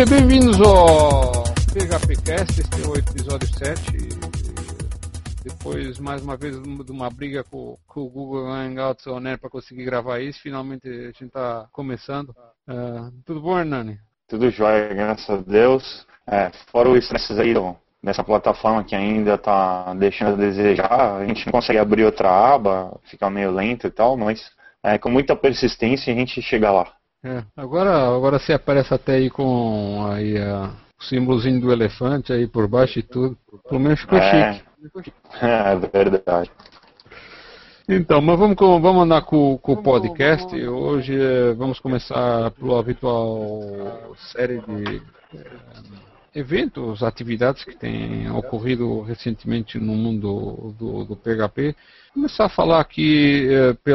bem-vindos ao PHPcast, este é o episódio 7. Depois, mais uma vez, de uma briga com o Google Hangouts On Air para conseguir gravar isso, finalmente a gente está começando. Tudo bom, Hernani? Tudo jóia, graças a Deus. Fora o estresse aí nessa plataforma que ainda está deixando a desejar, a gente não consegue abrir outra aba, fica meio lento e tal, mas com muita persistência a gente chega lá. Agora você aparece até aí com aí, o símbolozinho do elefante aí por baixo e tudo. Pelo menos ficou chique. É verdade. Então, mas vamos andar com o podcast. Hoje vamos começar pela habitual série de eventos, atividades que têm ocorrido recentemente no mundo do PHP. Começar a falar aqui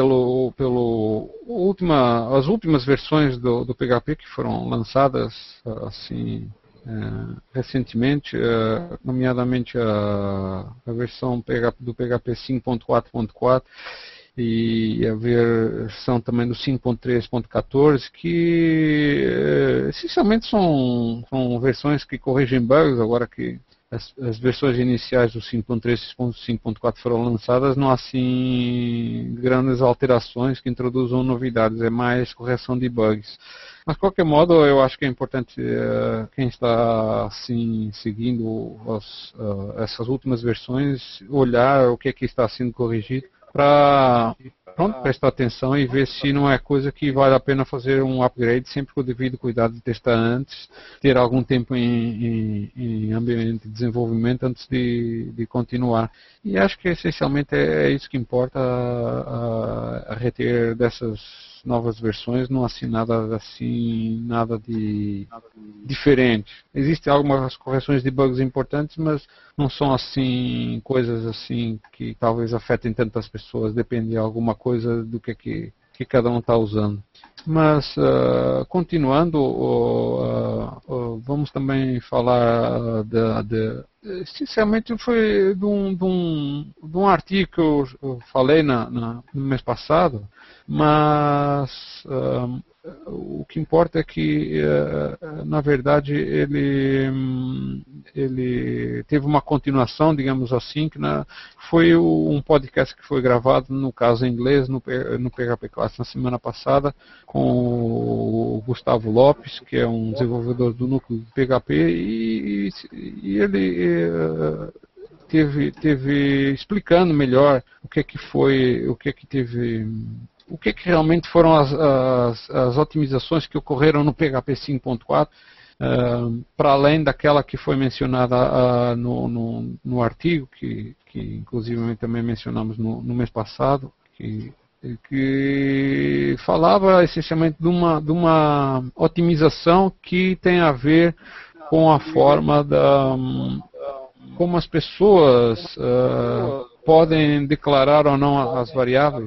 as últimas versões do PHP que foram lançadas assim recentemente, nomeadamente a versão do PHP 5.4.4 e a versão também do 5.3.14, que essencialmente são versões que corrigem bugs. Agora que as versões iniciais do 5.3 e 5.4 foram lançadas, não há assim grandes alterações que introduzam novidades, é mais correção de bugs. Mas de qualquer modo, eu acho que é importante quem está assim seguindo essas últimas versões olhar o que é que está sendo corrigido para prestar atenção e ver se não é coisa que vale a pena fazer um upgrade, sempre com o devido cuidado de testar antes, ter algum tempo em ambiente de desenvolvimento antes de continuar. E acho que essencialmente é isso que importa, a reter dessas novas versões, não assim nada de diferente. Existem algumas correções de bugs importantes, mas não são assim coisas assim que talvez afetem tantas pessoas, depende de alguma coisa do que cada um está usando. Mas continuando, vamos também falar essencialmente foi de um artigo que eu falei no mês passado, mas o que importa é que, na verdade, ele teve uma continuação, digamos assim, que foi um podcast que foi gravado, no caso em inglês, no PHP Class na semana passada, com o Gustavo Lopes, que é um desenvolvedor do núcleo do PHP, e ele teve explicando melhor o que realmente foram as otimizações que ocorreram no PHP 5.4, para além daquela que foi mencionada no artigo, que inclusive também mencionamos no mês passado, que falava essencialmente de uma otimização que tem a ver com a forma como as pessoas podem declarar ou não as variáveis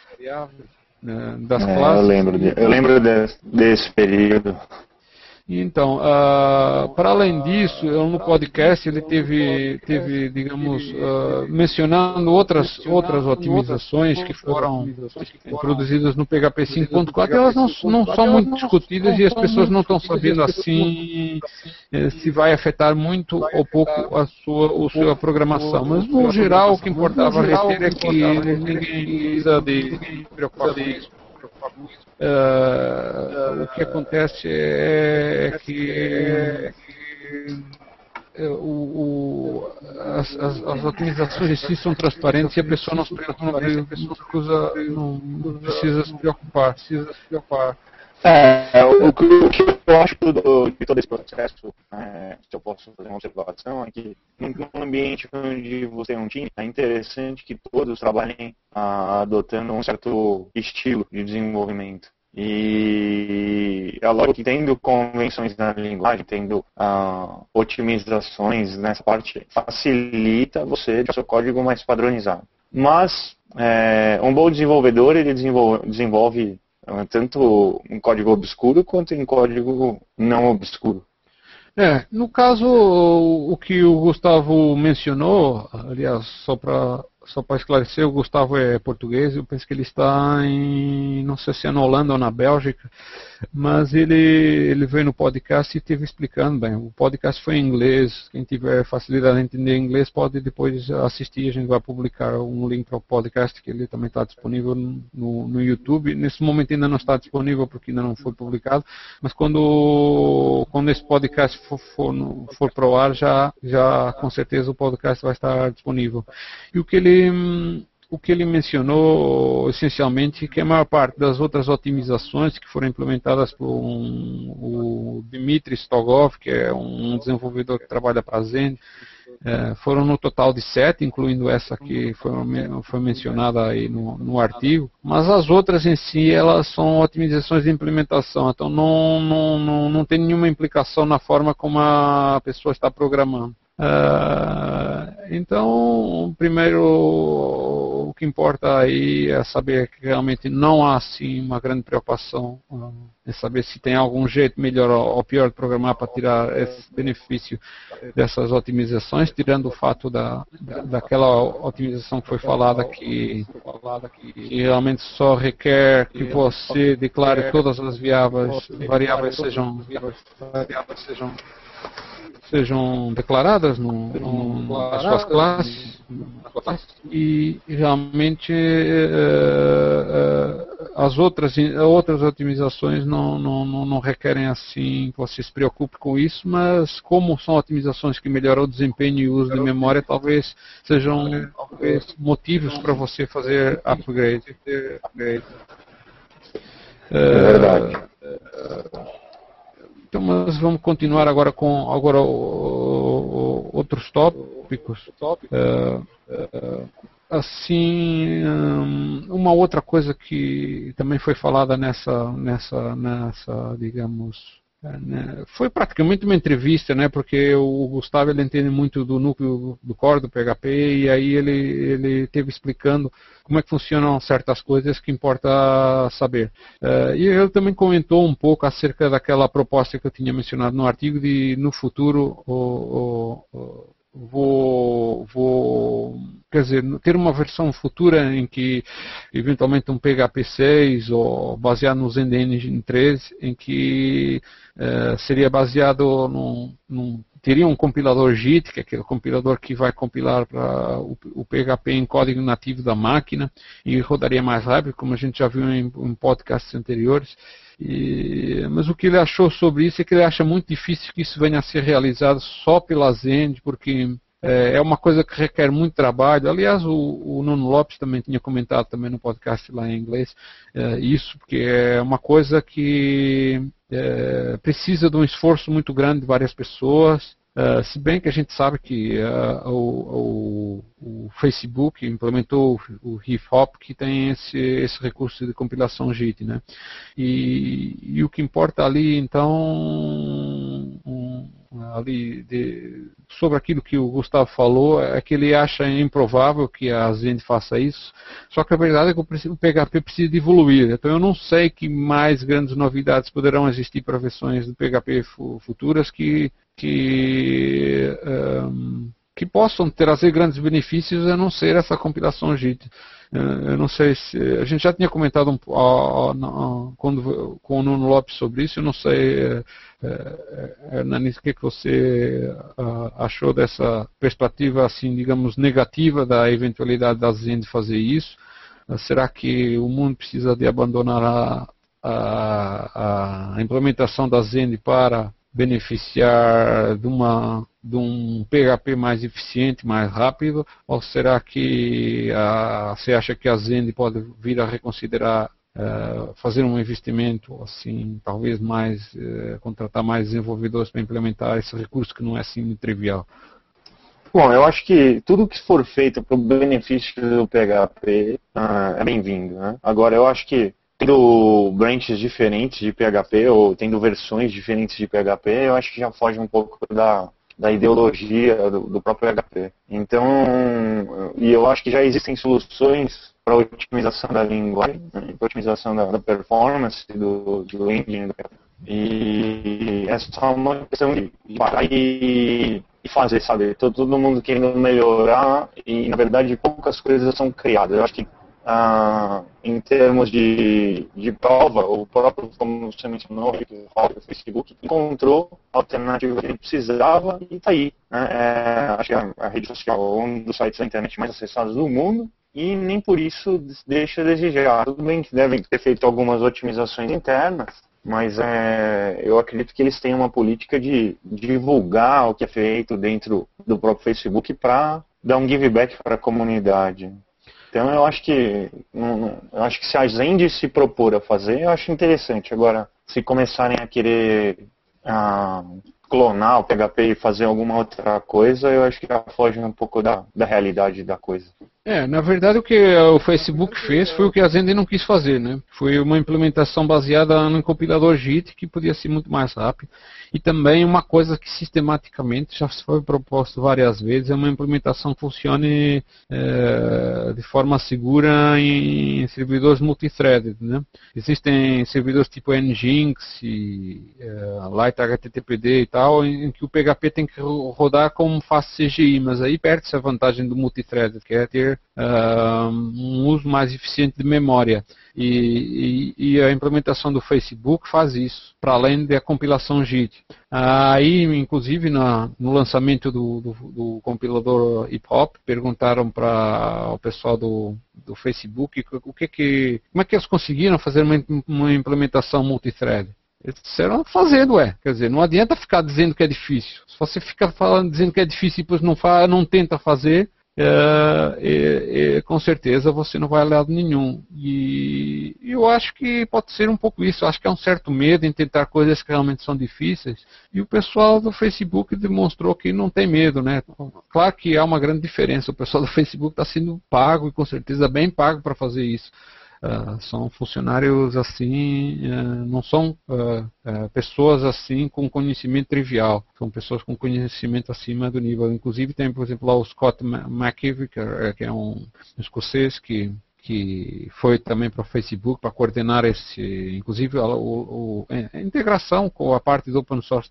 das classes. Eu lembro desse período. Então, para além disso, no podcast ele teve digamos, mencionando outras otimizações que foram introduzidas no PHP 5.4, elas não são muito discutidas e as pessoas não estão sabendo assim se vai afetar muito ou pouco a sua programação. Mas no geral o que importava reter é que ninguém precisa de preocupar com isso. O que acontece é que as otimizações em si são transparentes e a pessoa não precisa se preocupar. O que eu acho de todo esse processo, se eu posso fazer uma observação, é que num ambiente onde você é um time, é interessante que todos trabalhem adotando um certo estilo de desenvolvimento. E é lógico que tendo convenções na linguagem, tendo otimizações nessa parte, facilita você ter o seu código mais padronizado. Mas um bom desenvolvedor, ele desenvolve tanto em código obscuro quanto em código não obscuro. No caso, o que o Gustavo mencionou, aliás, só para só para esclarecer, o Gustavo é português, eu penso que ele está não sei se é na Holanda ou na Bélgica, mas ele veio no podcast e esteve explicando bem. O podcast foi em inglês, quem tiver facilidade em entender inglês pode depois assistir, a gente vai publicar um link para o podcast, que ele também está disponível no YouTube. Nesse momento ainda não está disponível porque ainda não foi publicado, mas quando esse podcast for para o ar, já com certeza o podcast vai estar disponível. E o que ele mencionou essencialmente que a maior parte das outras otimizações que foram implementadas por o Dmitry Stogov, que é um desenvolvedor que trabalha para a Zend, foram no total de 7, incluindo essa que foi mencionada aí no artigo, mas as outras em si elas são otimizações de implementação, então não tem nenhuma implicação na forma como a pessoa está programando. Então, primeiro, o que importa aí é saber que realmente não há assim uma grande preocupação em saber se tem algum jeito melhor ou pior de programar para tirar esse benefício dessas otimizações, tirando o fato daquela otimização que foi falada que realmente só requer que você declare todas as variáveis sejam declaradas nas suas classes, e realmente as outras otimizações não requerem assim que você se preocupe com isso, mas como são otimizações que melhoram o desempenho e o uso de memória, talvez sejam motivos para você fazer upgrade. É verdade. Então, mas vamos continuar agora com outros tópicos. Assim, uma outra coisa que também foi falada nessa digamos, foi praticamente uma entrevista, né? Porque o Gustavo ele entende muito do núcleo do core do PHP e aí ele esteve explicando como é que funcionam certas coisas que importa saber. E ele também comentou um pouco acerca daquela proposta que eu tinha mencionado no artigo de no futuro quer dizer, ter uma versão futura em que eventualmente um PHP 6 ou baseado no Zend Engine 3 em que seria baseado teria um compilador JIT, que é aquele compilador que vai compilar para o PHP em código nativo da máquina e rodaria mais rápido, como a gente já viu em podcasts anteriores. Mas o que ele achou sobre isso é que ele acha muito difícil que isso venha a ser realizado só pela Zend, porque é uma coisa que requer muito trabalho. Aliás, o Nuno Lopes também tinha comentado também no podcast lá em inglês isso, porque é uma coisa que precisa de um esforço muito grande de várias pessoas. Se bem que a gente sabe que o Facebook implementou o RifHop, que tem esse recurso de compilação JIT, né? E o que importa ali, então, sobre aquilo que o Gustavo falou, é que ele acha improvável que a Zend faça isso, só que a verdade é que o PHP precisa de evoluir. Então eu não sei que mais grandes novidades poderão existir para versões do PHP futuras que possam trazer grandes benefícios a não ser essa compilação JIT. Eu não sei se... A gente já tinha comentado com o Nuno Lopes sobre isso. Eu não sei, Hernanis, o que você achou dessa perspectiva, assim, digamos, negativa da eventualidade da Zend fazer isso? Será que o mundo precisa de abandonar a implementação da Zend para beneficiar de um PHP mais eficiente, mais rápido, ou será que você acha que a Zend pode vir a reconsiderar fazer um investimento assim, talvez mais contratar mais desenvolvedores para implementar esse recurso que não é assim trivial? Bom, eu acho que tudo que for feito para o benefício do PHP é bem-vindo, né? Agora, eu acho que tendo branches diferentes de PHP ou tendo versões diferentes de PHP, eu acho que já foge um pouco da ideologia do próprio PHP. Então, e eu acho que já existem soluções para otimização da linguagem, né, para otimização da performance do engine do PHP. E é só uma questão de parar e fazer, sabe? Todo mundo querendo melhorar e, na verdade, poucas coisas são criadas. Eu acho que, em termos de prova, o próprio, como você mencionou, o Facebook encontrou a alternativa que ele precisava e está aí. Né? Acho que é a rede social, um dos sites da internet mais acessados do mundo, e nem por isso deixa a desejar. Tudo bem que devem ter feito algumas otimizações internas, mas eu acredito que eles têm uma política de divulgar o que é feito dentro do próprio Facebook para dar um give back para a comunidade. Então eu acho que se a Zend se propor a fazer, eu acho interessante. Agora, se começarem a querer clonar o PHP e fazer alguma outra coisa, eu acho que já foge um pouco da realidade da coisa. Na verdade o que o Facebook fez foi o que a Zend não quis fazer, né? Foi uma implementação baseada no compilador JIT, que podia ser muito mais rápido. E também uma coisa que sistematicamente já foi proposto várias vezes, é uma implementação que funcione de forma segura em servidores multithreaded, né? Existem servidores tipo Nginx e Light HTTPD e tal, em que o PHP tem que rodar como FastCGI, mas aí perde-se a vantagem do multithreaded, que é ter um uso mais eficiente de memória. E a implementação do Facebook faz isso, para além da compilação JIT. Aí, inclusive, no lançamento do compilador HipHop, perguntaram para o pessoal do Facebook como é que eles conseguiram fazer uma implementação multithread. Eles disseram fazendo, quer dizer, não adianta ficar dizendo que é difícil. Se você fica dizendo que é difícil e depois não tenta fazer, com certeza você não vai a lado nenhum. E eu acho que pode ser um pouco isso. Eu acho que há um certo medo em tentar coisas que realmente são difíceis. E o pessoal do Facebook demonstrou que não tem medo, né? Claro que há uma grande diferença. O pessoal do Facebook está sendo pago, e com certeza bem pago, para fazer isso. São funcionários assim, não são pessoas assim com conhecimento trivial, são pessoas com conhecimento acima do nível. Inclusive tem, por exemplo, lá o Scott McKeever, que é um escocês que foi também para o Facebook para coordenar inclusive a integração com a parte do open source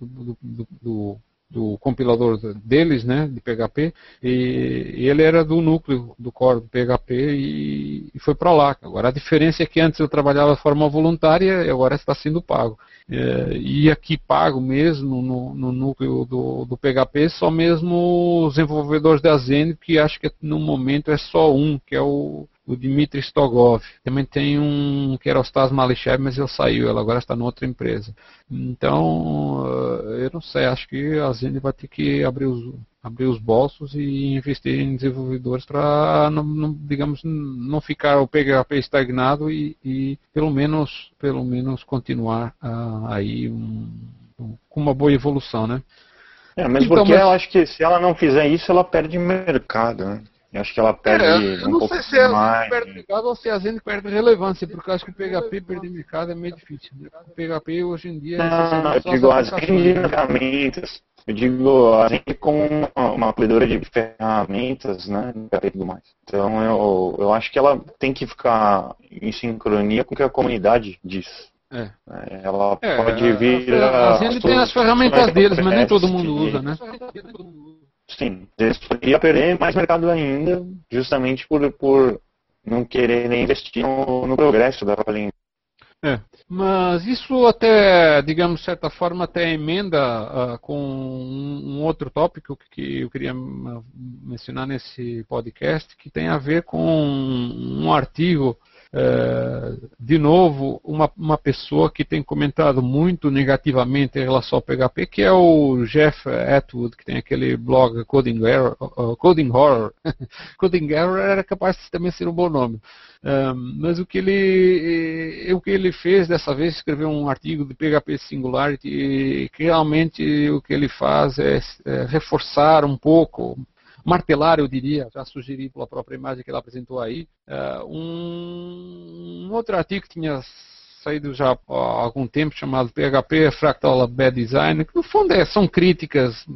do compilador deles, né, de PHP, e ele era do núcleo do core do PHP e foi para lá. Agora a diferença é que antes eu trabalhava de forma voluntária e agora está sendo pago. E aqui pago mesmo no núcleo do PHP só mesmo os desenvolvedores da Zend, que acho que no momento é só um, que é o Dmitry Stogov. Também tem um que era o Stas Malishev, mas ele saiu, ele agora está em outra empresa. Então, eu não sei, acho que a Zend vai ter que abrir os bolsos e investir em desenvolvedores para, digamos, não ficar o PHP estagnado e pelo menos continuar aí com uma boa evolução, né? Mas então, porque eu acho que se ela não fizer isso, ela perde mercado, né? Eu acho que ela perde eu não sei se ela perde mercado ou se a Zend perde relevância, porque eu acho que o PHP perder mercado é meio difícil. Né? O PHP hoje em dia eu digo a Zend de ferramentas. Eu digo a Zend como uma colhedora de ferramentas, né? E tudo mais. Então eu acho que ela tem que ficar em sincronia com o que a comunidade diz. Ela pode vir. A Zend tem as ferramentas deles, mas nem todo mundo usa, né? Sim, eles poderiam perder mais mercado ainda, justamente por não quererem investir no progresso da própria língua. Mas isso até, digamos, de certa forma, até emenda com um outro tópico que eu queria mencionar nesse podcast, que tem a ver com um artigo, de novo, uma pessoa que tem comentado muito negativamente em relação ao PHP, que é o Jeff Atwood, que tem aquele blog Coding Horror. Coding Error era capaz de também ser um bom nome. Mas o que ele fez dessa vez, escreveu um artigo de PHP Singularity, e que realmente o que ele faz é reforçar um pouco, martelar, eu diria, já sugeri pela própria imagem que ele apresentou aí, um outro artigo que tinha saído já há algum tempo, chamado PHP Fractal Bad Design, que no fundo são críticas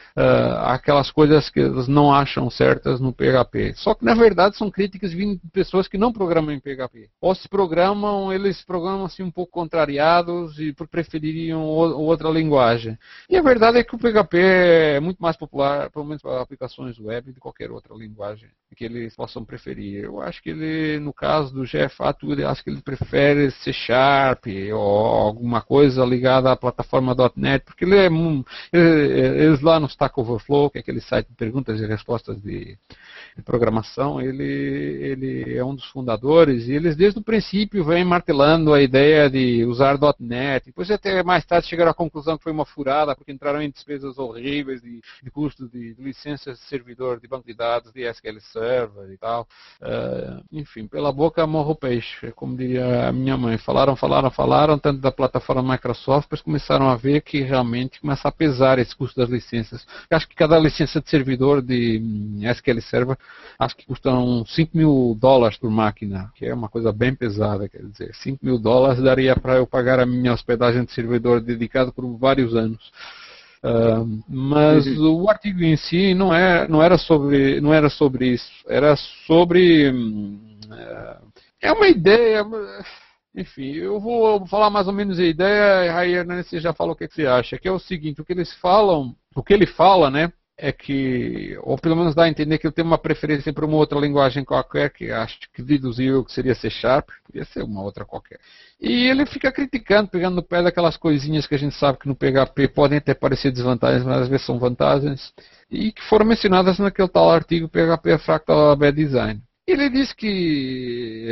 aquelas coisas que eles não acham certas no PHP. Só que na verdade são críticas vindo de pessoas que não programam em PHP. Ou se programam, eles programam assim um pouco contrariados e prefeririam outra linguagem. E a verdade é que o PHP é muito mais popular, pelo menos para aplicações web, de qualquer outra linguagem que eles possam preferir. Eu acho que ele, no caso do Jeff Atwood, acho que ele prefere C Sharp ou alguma coisa ligada à plataforma .NET, porque eles lá no Stack Overflow, que é aquele site de perguntas e respostas de programação, ele é um dos fundadores e eles desde o princípio vêm martelando a ideia de usar .NET. Depois até mais tarde chegaram à conclusão que foi uma furada, porque entraram em despesas horríveis de custos de licenças de servidor, de banco de dados, de SQL Server e tal. Enfim, pela boca morre o peixe, como diria a minha mãe. Falaram, tanto da plataforma Microsoft, depois começaram a ver que realmente começa a pesar esse custo das licenças. Eu acho que cada licença de servidor de SQL Server, acho que custam $5.000 por máquina, que é uma coisa bem pesada, quer dizer, $5.000 daria para eu pagar a minha hospedagem de servidor dedicado por vários anos. Mas o artigo em si não era sobre isso, era sobre é uma ideia. Enfim, eu vou falar mais ou menos a ideia, aí né, você já fala o que você acha, que é o seguinte, o que ele fala, né, é que, ou pelo menos dá a entender que ele tem uma preferência para uma outra linguagem qualquer, que acho que deduziu que seria C Sharp, podia ser uma outra qualquer. E ele fica criticando, pegando no pé daquelas coisinhas que a gente sabe que no PHP podem até parecer desvantagens, mas às vezes são vantagens, e que foram mencionadas naquele tal artigo PHP Fractal Bad Design. Ele diz que,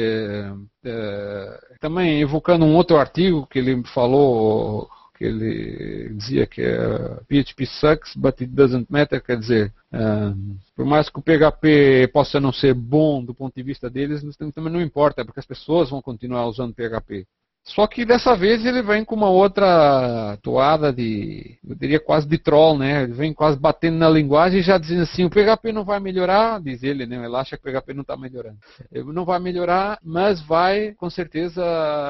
também evocando um outro artigo que ele falou, que ele dizia que PHP sucks, but it doesn't matter, quer dizer, por mais que o PHP possa não ser bom do ponto de vista deles, também não importa, porque as pessoas vão continuar usando PHP. Só que dessa vez ele vem com uma outra toada eu diria quase de troll, né? Ele vem quase batendo na linguagem e já dizendo assim, o PHP não vai melhorar, diz ele, né? Ele acha que o PHP não está melhorando. Ele não vai melhorar, mas vai, com certeza,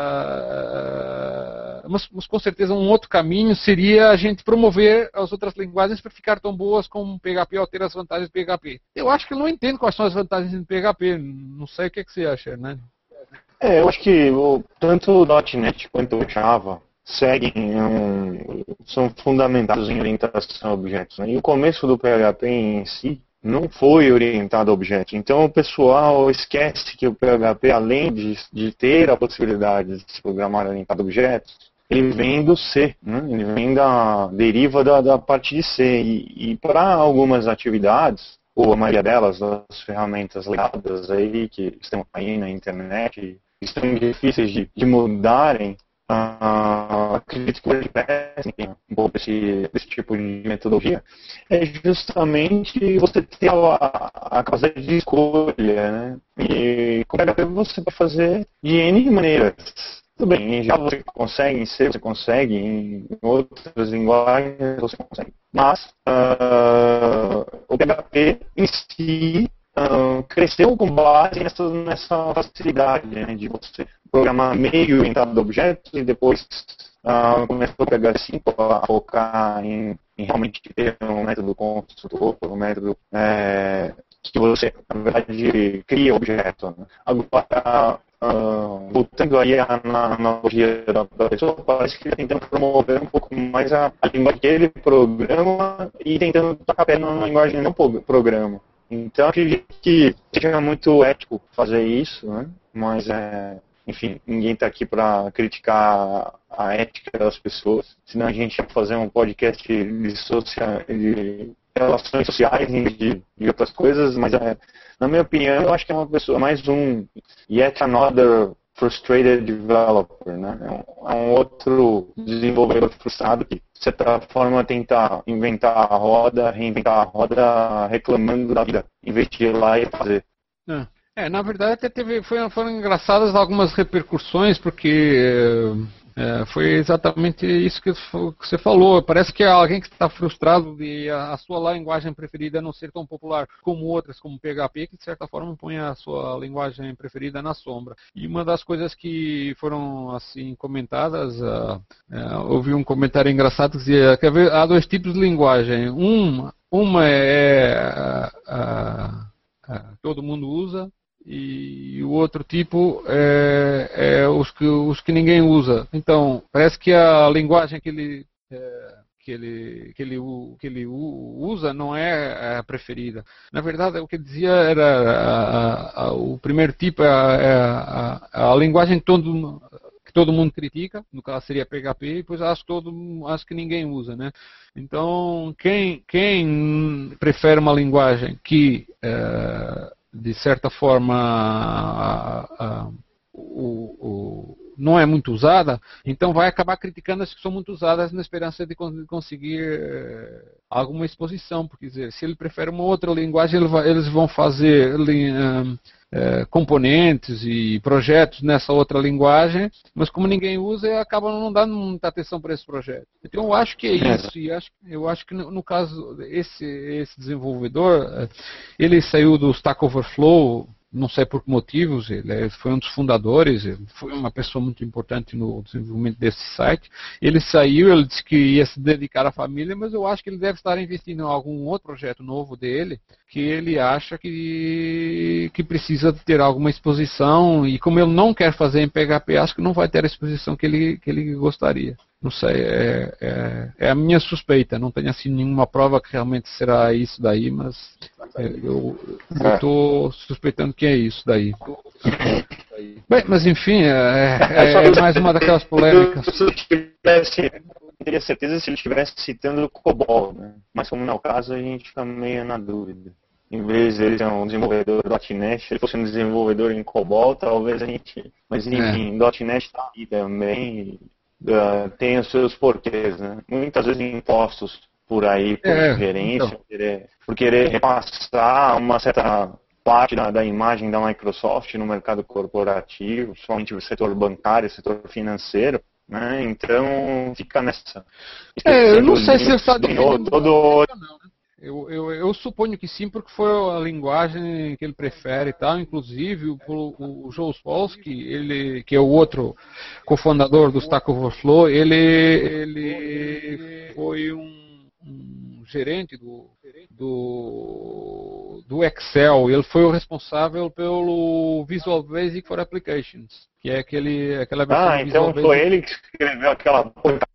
mas com certeza um outro caminho seria a gente promover as outras linguagens para ficar tão boas como o PHP ou ter as vantagens do PHP. Eu acho que ele não entende quais são as vantagens do PHP, não sei o que você acha, né? Eu acho que tanto o .NET quanto o Java são fundamentados em orientação a objetos. Né? E o começo do PHP em si não foi orientado a objetos. Então o pessoal esquece que o PHP, além de ter a possibilidade de se programar orientado a objetos, ele vem do C, né? Ele vem deriva da parte de C. E para algumas atividades, ou a maioria delas, as ferramentas ligadas aí, que estão aí na internet, estão difíceis de mudarem, acredito que o PHP um pouco desse tipo de metodologia, é justamente você ter a capacidade de escolha, né? E com o PHP você pode fazer de N maneiras. Tudo bem, em Java você consegue, em C você consegue, em outras linguagens você consegue. Mas o PHP em si cresceu com base nessa facilidade, né, de você programar meio orientado a objetos e depois começou a pegar a focar em realmente ter um método construtor, um método que você, na verdade, cria objeto. Né? Agora, voltando aí na analogia da pessoa, parece que ele está tentando promover um pouco mais a linguagem que ele programa e tentando tocar pé na linguagem que não programa. Então, acredito que seja muito ético fazer isso, né? Mas, enfim, ninguém está aqui para criticar a ética das pessoas, senão a gente ia fazer um podcast de relações sociais e de outras coisas, mas, na minha opinião, eu acho que é uma pessoa, mais yet another frustrated developer, né? É um outro desenvolvedor frustrado que, de certa forma, tenta inventar a roda, reinventar a roda, reclamando da vida, em vez de ir lá e fazer. Na verdade, até foram engraçadas algumas repercussões, porque Foi exatamente isso que você falou. Parece que é alguém que está frustrado de a sua linguagem preferida não ser tão popular como outras, como PHP, que de certa forma põe a sua linguagem preferida na sombra. E uma das coisas que foram assim comentadas, ouvi um comentário engraçado que dizia que há dois tipos de linguagem. Uma todo mundo usa. E o outro tipo é os que ninguém usa. Então, parece que a linguagem que ele usa não é a preferida. Na verdade, o que ele dizia era o primeiro tipo a linguagem que todo mundo critica, no caso seria PHP, e depois as que ninguém usa, né? Então, quem prefere uma linguagem que de certa forma não é muito usada, então vai acabar criticando as que são muito usadas na esperança de conseguir alguma exposição, porque dizer, se ele prefere uma outra linguagem, eles vão fazer componentes e projetos nessa outra linguagem, mas como ninguém usa, acaba não dando muita atenção para esse projeto. Então eu acho que é isso, e eu acho que no caso esse desenvolvedor, ele saiu do Stack Overflow, não sei por que motivos, ele foi um dos fundadores, ele foi uma pessoa muito importante no desenvolvimento desse site. Ele saiu, ele disse que ia se dedicar à família, mas eu acho que ele deve estar investindo em algum outro projeto novo dele, que ele acha que precisa ter alguma exposição, e como ele não quer fazer em PHP, acho que não vai ter a exposição que ele gostaria. Não sei, é a minha suspeita, não tenho assim nenhuma prova que realmente será isso daí, mas eu estou suspeitando que é isso daí. Bem, mas enfim, é mais uma daquelas polêmicas. Se eu teria certeza se ele estivesse citando o COBOL, né? Mas como não é o caso, a gente fica meio na dúvida. Em vez de ele ser um desenvolvedor .NET, se ele fosse um desenvolvedor em COBOL, talvez a gente... Mas enfim, .NET está aí também... tem os seus porquês, né? Muitas vezes impostos por aí, por gerência, então. por querer repassar uma certa parte da imagem da Microsoft no mercado corporativo, somente o setor bancário, o setor financeiro, né? Então fica nessa. Eu não sei se ele está defendendo todo. Eu suponho que sim, porque foi a linguagem que ele prefere e tal. Inclusive, o Joe Spolsky, que é o outro cofundador do Stack Overflow, ele foi um gerente do Excel. Ele foi o responsável pelo Visual Basic for Applications, que é aquela versão do então Visual foi Basic. ele que escreveu aquela...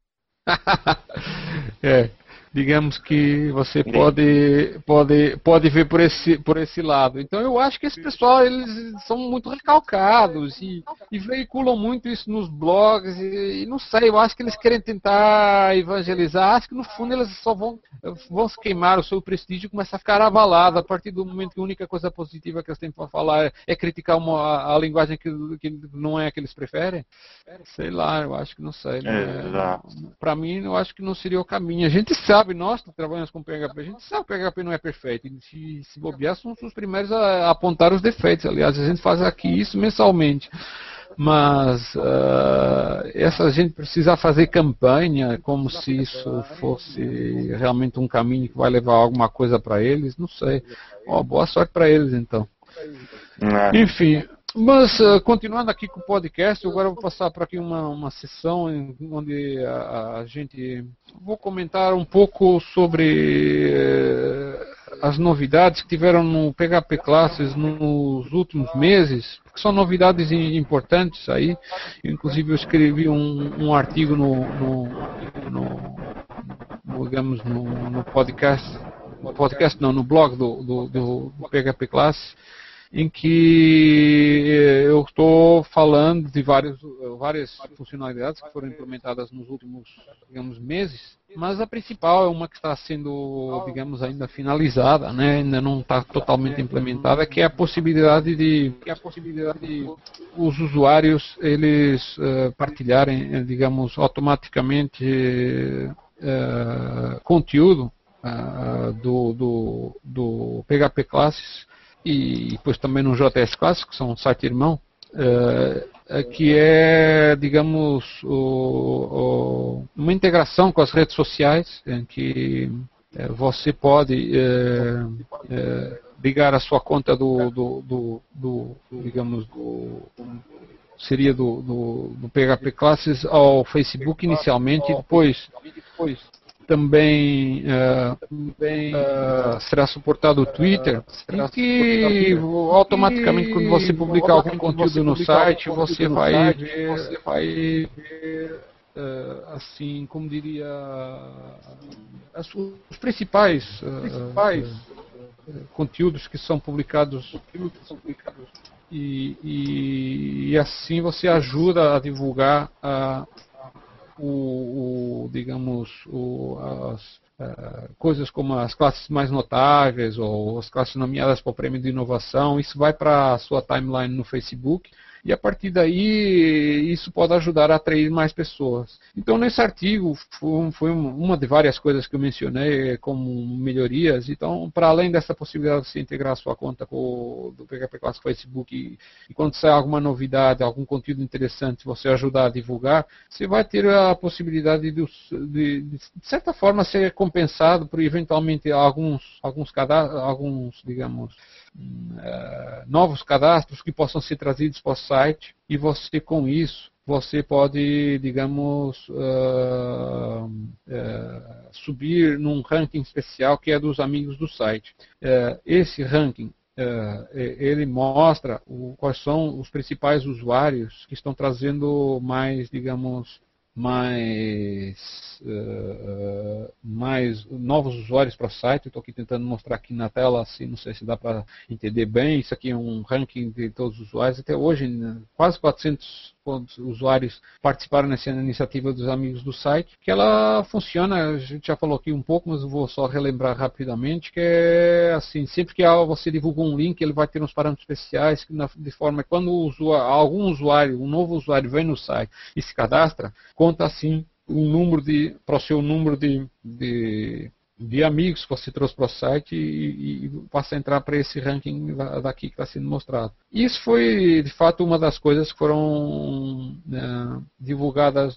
Digamos que você pode ver por esse lado. Então eu acho que esse pessoal, eles são muito recalcados e veiculam muito isso nos blogs e não sei, eu acho que eles querem tentar evangelizar. Acho que no fundo eles só vão se queimar o seu prestígio e começar a ficar abalado a partir do momento que a única coisa positiva que eles têm para falar é criticar a linguagem que não é a que eles preferem. Sei lá, eu acho que não sei. Para mim, eu acho que não seria o caminho. A gente sabe, nós que trabalhamos com PHP, a gente sabe que o PHP não é perfeito. E se bobear, somos os primeiros a apontar os defeitos. Aliás, a gente faz aqui isso mensalmente. Mas essa gente precisa fazer campanha como se isso fosse realmente um caminho que vai levar alguma coisa para eles. Não sei. Boa sorte para eles, então. Enfim. Mas, continuando aqui com o podcast, agora eu vou passar para aqui uma sessão onde a gente... Vou comentar um pouco sobre as novidades que tiveram no PHP Classes nos últimos meses, porque são novidades importantes aí. Inclusive eu escrevi um artigo no blog do PHP Classes, em que eu estou falando de várias funcionalidades que foram implementadas nos últimos, digamos, meses, mas a principal é uma que está sendo, digamos, ainda finalizada, né? Ainda não está totalmente implementada, que é a possibilidade de os usuários eles partilharem, digamos, automaticamente conteúdo do PHP Classes e depois também no JS Classes, que são um site irmão, que é, digamos, uma integração com as redes sociais, em que você pode ligar a sua conta digamos, seria do PHP Classes ao Facebook inicialmente, e depois também será suportado o Twitter, e que automaticamente quando você publicar algum conteúdo no site, você vai ver assim, como diria, os principais conteúdos que são publicados, e assim você ajuda a divulgar digamos, as coisas como as classes mais notáveis ou as classes nomeadas para o prêmio de inovação. Isso vai para a sua timeline no Facebook, e a partir daí isso pode ajudar a atrair mais pessoas. Então, nesse artigo foi uma de várias coisas que eu mencionei como melhorias. Então, para além dessa possibilidade de você integrar a sua conta do PHP Classic Facebook, e quando sair alguma novidade, algum conteúdo interessante, você ajudar a divulgar, você vai ter a possibilidade de certa forma ser compensado por eventualmente alguns digamos, novos cadastros que possam ser trazidos para o site, e você, com isso, você pode, digamos, subir num ranking especial que é dos amigos do site. Esse ranking ele mostra quais são os principais usuários que estão trazendo mais, digamos, mais novos usuários para o site. Estou aqui tentando mostrar aqui na tela, assim, não sei se dá para entender bem. Isso aqui é um ranking de todos os usuários. Até hoje, quase 400 usuários participaram nessa iniciativa dos amigos do site, que ela funciona, a gente já falou aqui um pouco, mas eu vou só relembrar rapidamente, que é assim, sempre que você divulga um link, ele vai ter uns parâmetros especiais, de forma que quando um novo usuário vem no site e se cadastra, conta assim para o seu número de amigos que você trouxe para o site, e passa a entrar para esse ranking daqui que está sendo mostrado. Isso foi, de fato, uma das coisas que foram divulgadas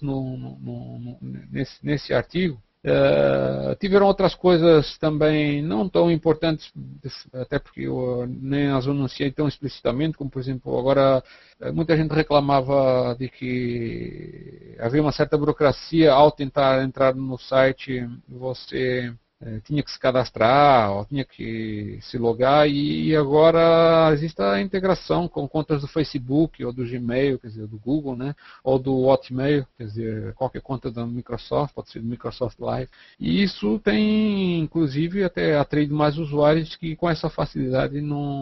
nesse artigo. Tiveram outras coisas também não tão importantes, até porque eu nem as anunciei tão explicitamente, como, por exemplo, agora muita gente reclamava de que havia uma certa burocracia ao tentar entrar no site. Você tinha que se cadastrar, ou tinha que se logar, e agora existe a integração com contas do Facebook, ou do Gmail, quer dizer, do Google, né, ou do Hotmail, quer dizer, qualquer conta da Microsoft, pode ser do Microsoft Live, e isso tem, inclusive, até atraído mais usuários que com essa facilidade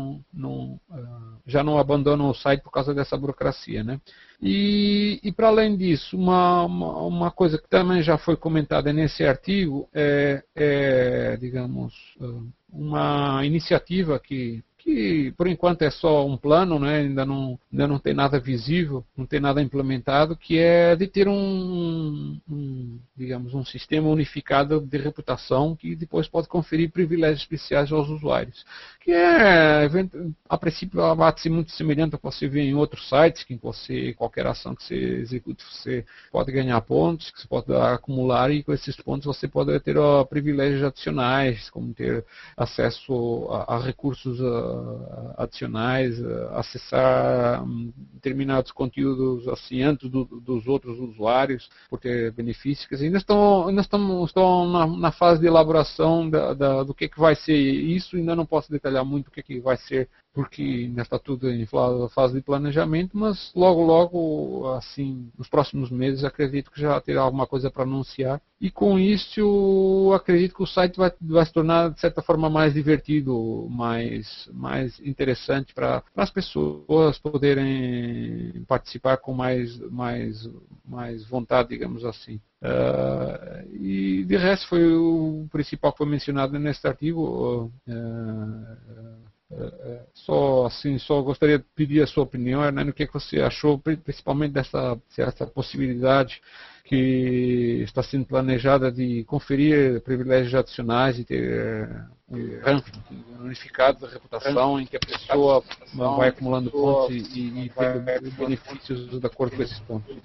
já não abandonam o site por causa dessa burocracia, né. E para além disso, uma coisa que também já foi comentada nesse artigo digamos, uma iniciativa que por enquanto é só um plano, né? ainda não tem nada visível, não tem nada implementado, que é de ter digamos, um sistema unificado de reputação que depois pode conferir privilégios especiais aos usuários. Que a princípio, vai ser muito semelhante ao que você vê em outros sites, que qualquer ação que você execute, você pode ganhar pontos, que você pode acumular, e com esses pontos você pode ter privilégios adicionais, como ter acesso a recursos adicionais, acessar determinados conteúdos assim antes dos outros usuários, por ter benefícios. Quer dizer, ainda estão na fase de elaboração do que vai ser isso. Ainda não posso detalhar muito o que vai ser, porque ainda está tudo em fase de planejamento, mas logo, assim, nos próximos meses, acredito que já terá alguma coisa para anunciar. E com isso, acredito que o site vai se tornar, de certa forma, mais divertido, mais interessante para as pessoas poderem participar com mais vontade, digamos assim. E de resto foi o principal que foi mencionado neste artigo. Só gostaria de pedir a sua opinião, Hernani, o que você achou, principalmente dessa possibilidade que está sendo planejada de conferir privilégios adicionais e ter ranking unificado da reputação, em que a pessoa vai acumulando pontos e tendo benefícios de acordo com esses pontos.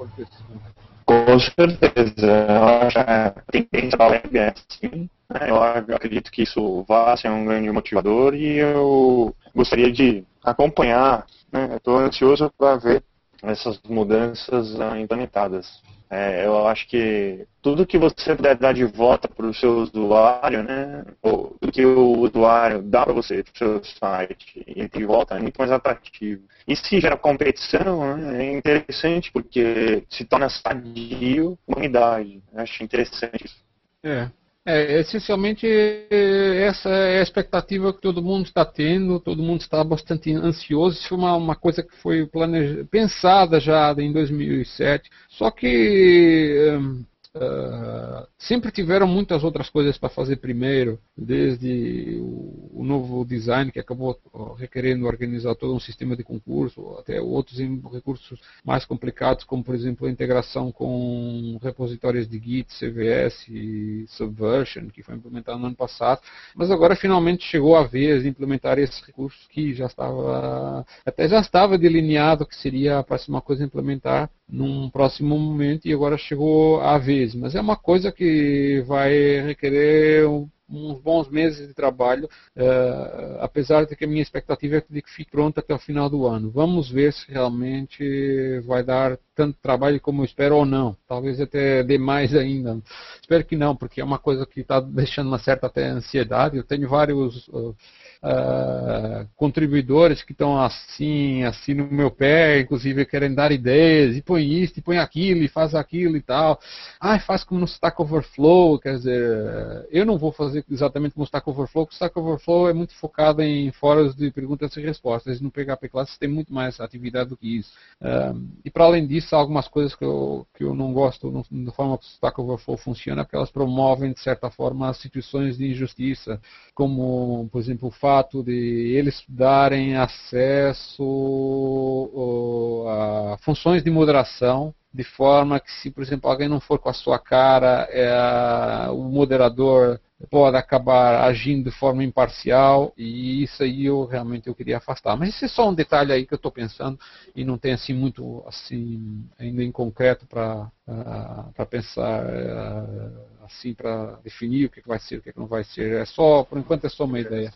Com certeza, eu acho que a tendência da web é assim. Eu acredito que isso vai ser um grande motivador e eu gostaria de acompanhar, né? Estou ansioso para ver essas mudanças implementadas. Eu acho que tudo que você puder dar de volta para o seu usuário, né, ou tudo que o usuário dá para você, para o seu site, e de volta, é muito mais atrativo. E se gera competição, né, é interessante porque se torna sadio a unidade. Eu acho interessante isso. Essencialmente essa é a expectativa que todo mundo está tendo, todo mundo está bastante ansioso. Isso foi uma coisa que foi pensada já em 2007, só que sempre tiveram muitas outras coisas para fazer primeiro, desde o novo design que acabou requerendo organizar todo um sistema de concurso, até outros recursos mais complicados, como por exemplo a integração com repositórios de Git, CVS e Subversion, que foi implementado no ano passado, mas agora finalmente chegou a vez de implementar esses recursos que já estava delineado que seria a próxima coisa a implementar num próximo momento, e agora chegou a vez. Mas é uma coisa que vai requerer uns bons meses de trabalho, apesar de que a minha expectativa é de que fique pronta até o final do ano. Vamos ver se realmente vai dar tanto trabalho como eu espero ou não. Talvez até dê mais ainda. Espero que não, porque é uma coisa que está deixando uma certa até ansiedade. Eu tenho vários contribuidores que estão assim no meu pé, inclusive querem dar ideias, e põe isso, e põe aquilo, e faz aquilo e tal. Faz como no Stack Overflow. Quer dizer, eu não vou fazer exatamente como o Stack Overflow, porque o Stack Overflow é muito focado em fóruns de perguntas e respostas. No PHP Classes tem muito mais atividade do que isso. E para além disso, há algumas coisas que eu não gosto da forma que o Stack Overflow funciona, porque elas promovem, de certa forma, situações de injustiça, como, por exemplo, o fato de eles darem acesso a funções de moderação, de forma que se, por exemplo, alguém não for com a sua cara, o moderador pode acabar agindo de forma imparcial, e isso aí eu queria afastar. Mas isso é só um detalhe aí que eu estou pensando, e não tem assim muito assim ainda em concreto para pensar assim, para definir o que vai ser, o que não vai ser. Por enquanto é só uma ideia.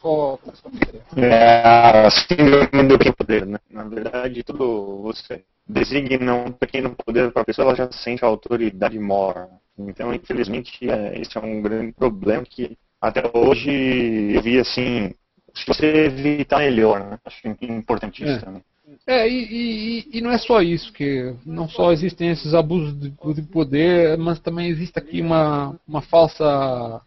A síndrome do pequeno poder, né? Na verdade, tudo você designa um pequeno poder para a pessoa, ela já sente a autoridade maior. Então, infelizmente, esse é um grande problema que até hoje eu vi assim, se você evitar melhor, né? Acho que é importantíssimo também. E não é só isso, que não só existem esses abusos de poder, mas também existe aqui uma falsa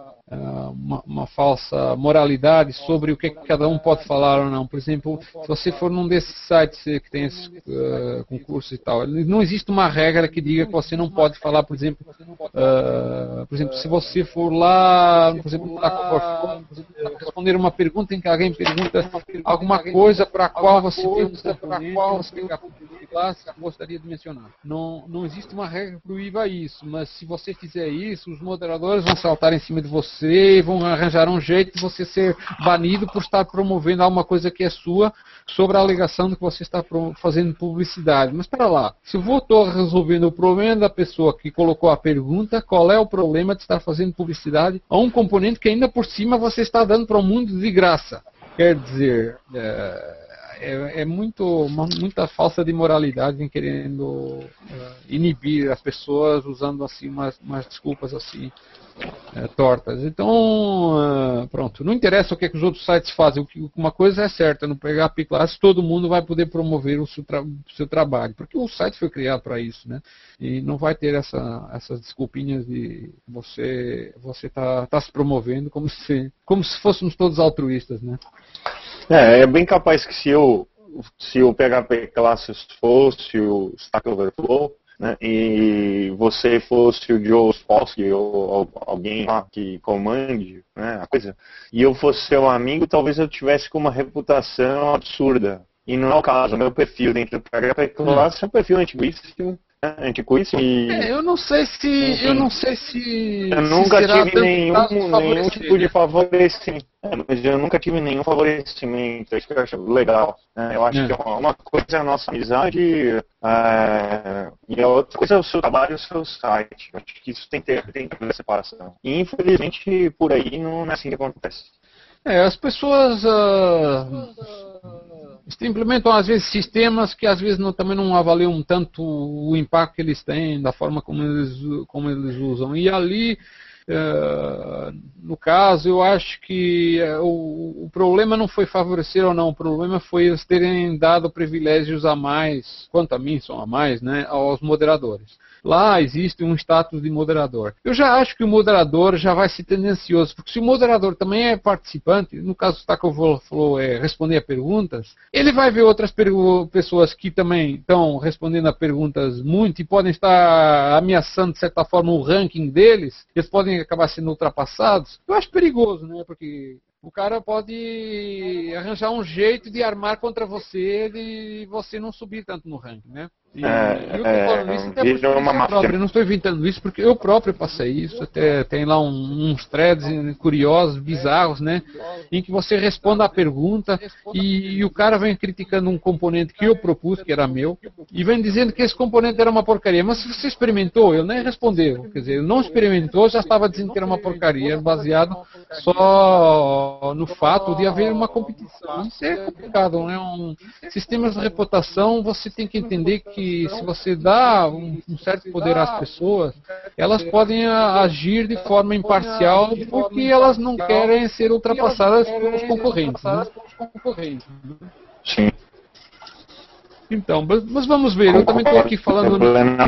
moralidade sobre o que cada um pode falar ou não. Por exemplo, se você for num desses sites que tem esses concursos e tal, não existe uma regra que diga que você não pode falar, por exemplo, se você for lá, por exemplo, responder uma pergunta em que alguém pergunta alguma coisa para a qual você tem gostaria de mencionar. Não existe uma regra que proíba isso, mas se você fizer isso, os moderadores vão saltar em cima de você e vão arranjar um jeito de você ser banido por estar promovendo alguma coisa que é sua, sobre a alegação de que você está fazendo publicidade. Mas espera lá, se eu estou resolvendo o problema da pessoa que colocou a pergunta, qual é o problema de estar fazendo publicidade a um componente que ainda por cima você está dando para o mundo de graça? Quer dizer, muita falsa de moralidade em querendo inibir as pessoas usando assim umas desculpas assim tortas. Então, pronto. Não interessa o que os outros sites fazem. Uma coisa é certa, no PHP Classes todo mundo vai poder promover o seu trabalho, porque o site foi criado para isso, né? E não vai ter essas desculpinhas de você tá se promovendo como se fôssemos todos altruístas, né? É bem capaz que se o PHP Classes fosse o Stack Overflow, né, e você fosse o Joe Spolsky ou alguém lá que comande, né, a coisa, e eu fosse seu amigo, talvez eu tivesse com uma reputação absurda. E não é o caso. O meu perfil dentro do PHP Class é um perfil antiquíssimo. Eu não sei se. Eu não sei se. Eu nunca tive nenhum tipo de né? favorecimento. Mas eu nunca tive nenhum favorecimento. É isso que eu acho legal. Eu acho que uma coisa é a nossa amizade e a outra coisa é o seu trabalho e o seu site. Eu acho que isso tem que ter essa separação. E infelizmente por aí não é assim que acontece. As pessoas implementam às vezes sistemas que às vezes também não avaliam tanto o impacto que eles têm, da forma como eles usam. E ali, no caso, eu acho que o problema não foi favorecer ou não, o problema foi eles terem dado privilégios a mais, quanto a mim são a mais, né, aos moderadores. Lá existe um status de moderador. Eu já acho que o moderador já vai ser tendencioso, porque se o moderador também é participante, no caso o Stack Overflow é responder a perguntas, ele vai ver outras pessoas que também estão respondendo a perguntas muito e podem estar ameaçando, de certa forma, o ranking deles, eles podem acabar sendo ultrapassados. Eu acho perigoso, né? Porque o cara pode arranjar um jeito de armar contra você e você não subir tanto no ranking, né? E eu estou falando isso até porque eu não estou inventando isso, porque eu próprio passei isso, até tem lá uns threads curiosos, bizarros, né? Em que você responde a pergunta e o cara vem criticando um componente que eu propus, que era meu, e vem dizendo que esse componente era uma porcaria. Mas se você experimentou, ele nem respondeu. Quer dizer, ele não experimentou, já estava dizendo que era uma porcaria, baseado só no fato de haver uma competição. Isso é complicado, né? Sistemas de reputação, você tem que entender que se você dá um certo poder às pessoas, elas podem agir de forma imparcial porque elas não querem ser ultrapassadas pelos concorrentes. Né? Sim. Então, mas vamos ver, eu também estou aqui falando...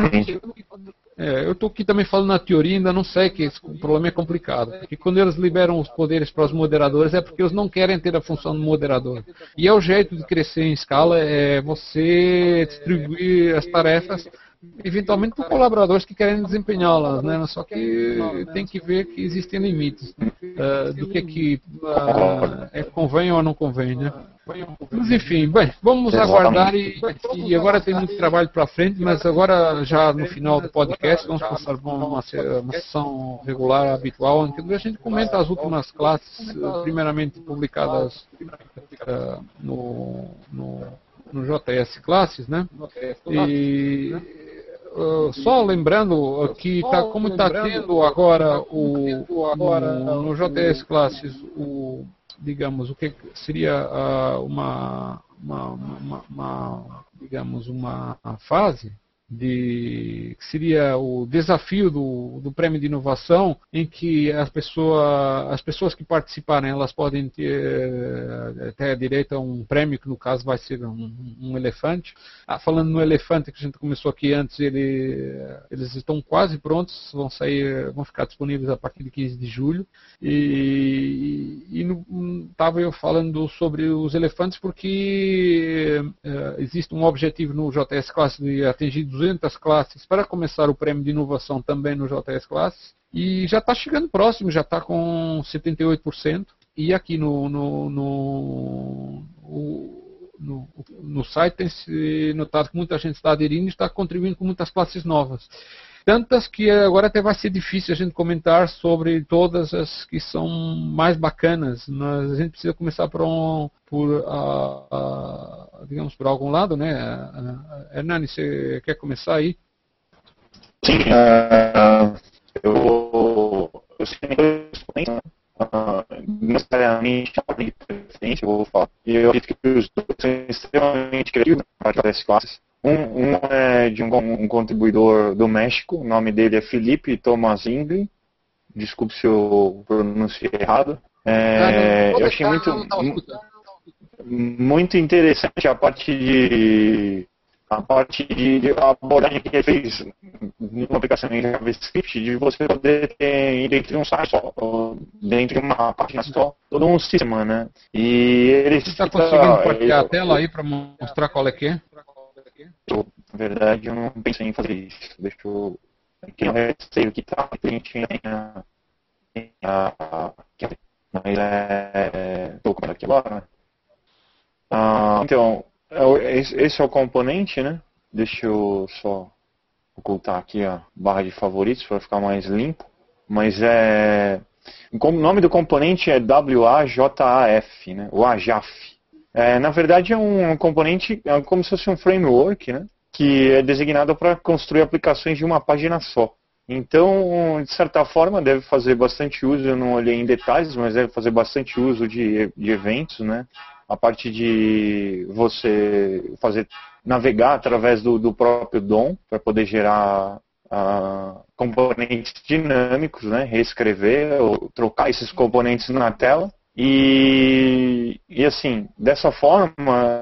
eu estou aqui também falando na teoria, ainda não sei que esse problema é complicado. Porque quando eles liberam os poderes para os moderadores é porque eles não querem ter a função do moderador. E é o jeito de crescer em escala, é você distribuir as tarefas eventualmente para colaboradores que querem desempenhá-las, né? Só que tem que ver que existem limites do que convém ou não convém, né? Mas enfim, bem, vamos aguardar e agora tem muito trabalho para frente, mas agora já no final do podcast vamos passar para uma sessão regular, habitual, em que a gente comenta as últimas classes, primeiramente publicadas no JS Classes, né? E só lembrando que como está tendo agora no JS Classes digamos, o que seria digamos, uma fase que seria o desafio do prêmio de inovação, em que as pessoas que participarem, elas podem ter direito a um prêmio, que no caso vai ser um elefante. Falando no elefante, que a gente começou aqui antes, eles estão quase prontos, vão ficar disponíveis a partir de 15 de julho. Estava eu falando sobre os elefantes porque existe um objetivo no JS Classes de atingir 200 classes para começar o prêmio de inovação também no JS Classes, e já está chegando próximo, já está com 78%, e aqui no site tem-se notado que muita gente está aderindo e está contribuindo com muitas classes novas. Tantas que agora até vai ser difícil a gente comentar sobre todas as que são mais bacanas, mas a gente precisa começar digamos, por algum lado, né? Hernani, você quer começar aí? Sim, eu necessariamente eu vou falar. E eu acredito que os dois são extremamente criativos para as classes. Um é de um contribuidor do México, o nome dele é Felipe Thomas Inglin. Desculpe se eu pronunciei errado. Eu achei muito interessante a parte de abordagem que ele fez numa aplicação em JavaScript, de você poder ter dentro de um site só, dentro de uma página só, todo um sistema, né? E ele está conseguindo partilhar a tela aí para mostrar qual é que é? Na verdade, eu não pensei em fazer isso. Deixa eu... Aqui eu receio que tá, a gente mas estou com aqui agora, né? Então, esse é o componente, né? Deixa eu só ocultar aqui a barra de favoritos para ficar mais limpo. Mas o nome do componente é WAJAF, né? O AJAF. Na verdade é um componente, como se fosse um framework, né? Que é designado para construir aplicações de uma página só. Então, de certa forma, deve fazer bastante uso, eu não olhei em detalhes, mas deve fazer bastante uso de eventos, né? A parte de você navegar através do próprio DOM, para poder gerar componentes dinâmicos, né? Reescrever ou trocar esses componentes na tela. E assim, dessa forma,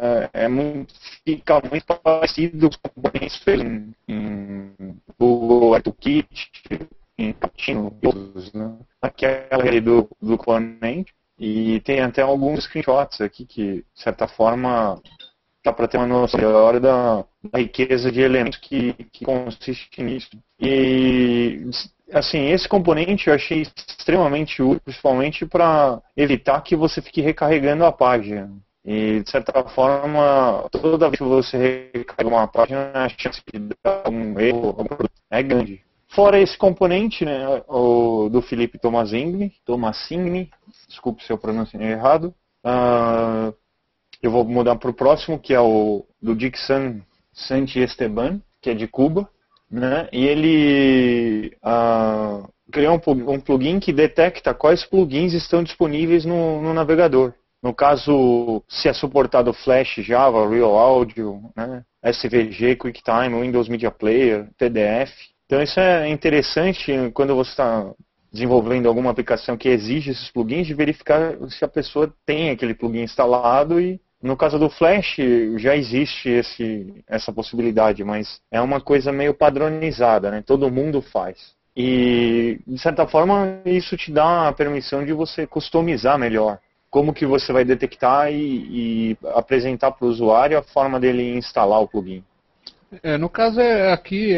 fica muito parecido com os componentes em Google AutoKit, em Captino e outros, né? Aquela rede do componente. E tem até alguns screenshots aqui que, de certa forma, dá para ter uma noção melhor da riqueza de elementos que consiste nisso. E, assim, esse componente eu achei extremamente útil, principalmente para evitar que você fique recarregando a página. E, de certa forma, toda vez que você recarrega uma página, a chance de dar um erro é grande. Fora esse componente, né, o do Felipe Tomasingni, desculpe se eu pronunciei errado, eu vou mudar para o próximo, que é o do Dixon Santiesteban, que é de Cuba, né, e ele criou um plugin que detecta quais plugins estão disponíveis no navegador. No caso, se é suportado Flash, Java, Real Audio, né, SVG, QuickTime, Windows Media Player, PDF. Então isso é interessante quando você está desenvolvendo alguma aplicação que exige esses plugins, de verificar se a pessoa tem aquele plugin instalado. E no caso do Flash já existe essa possibilidade, mas é uma coisa meio padronizada, né? Todo mundo faz. E de certa forma isso te dá a permissão de você customizar melhor como que você vai detectar e apresentar para o usuário a forma dele instalar o plugin. No caso aqui,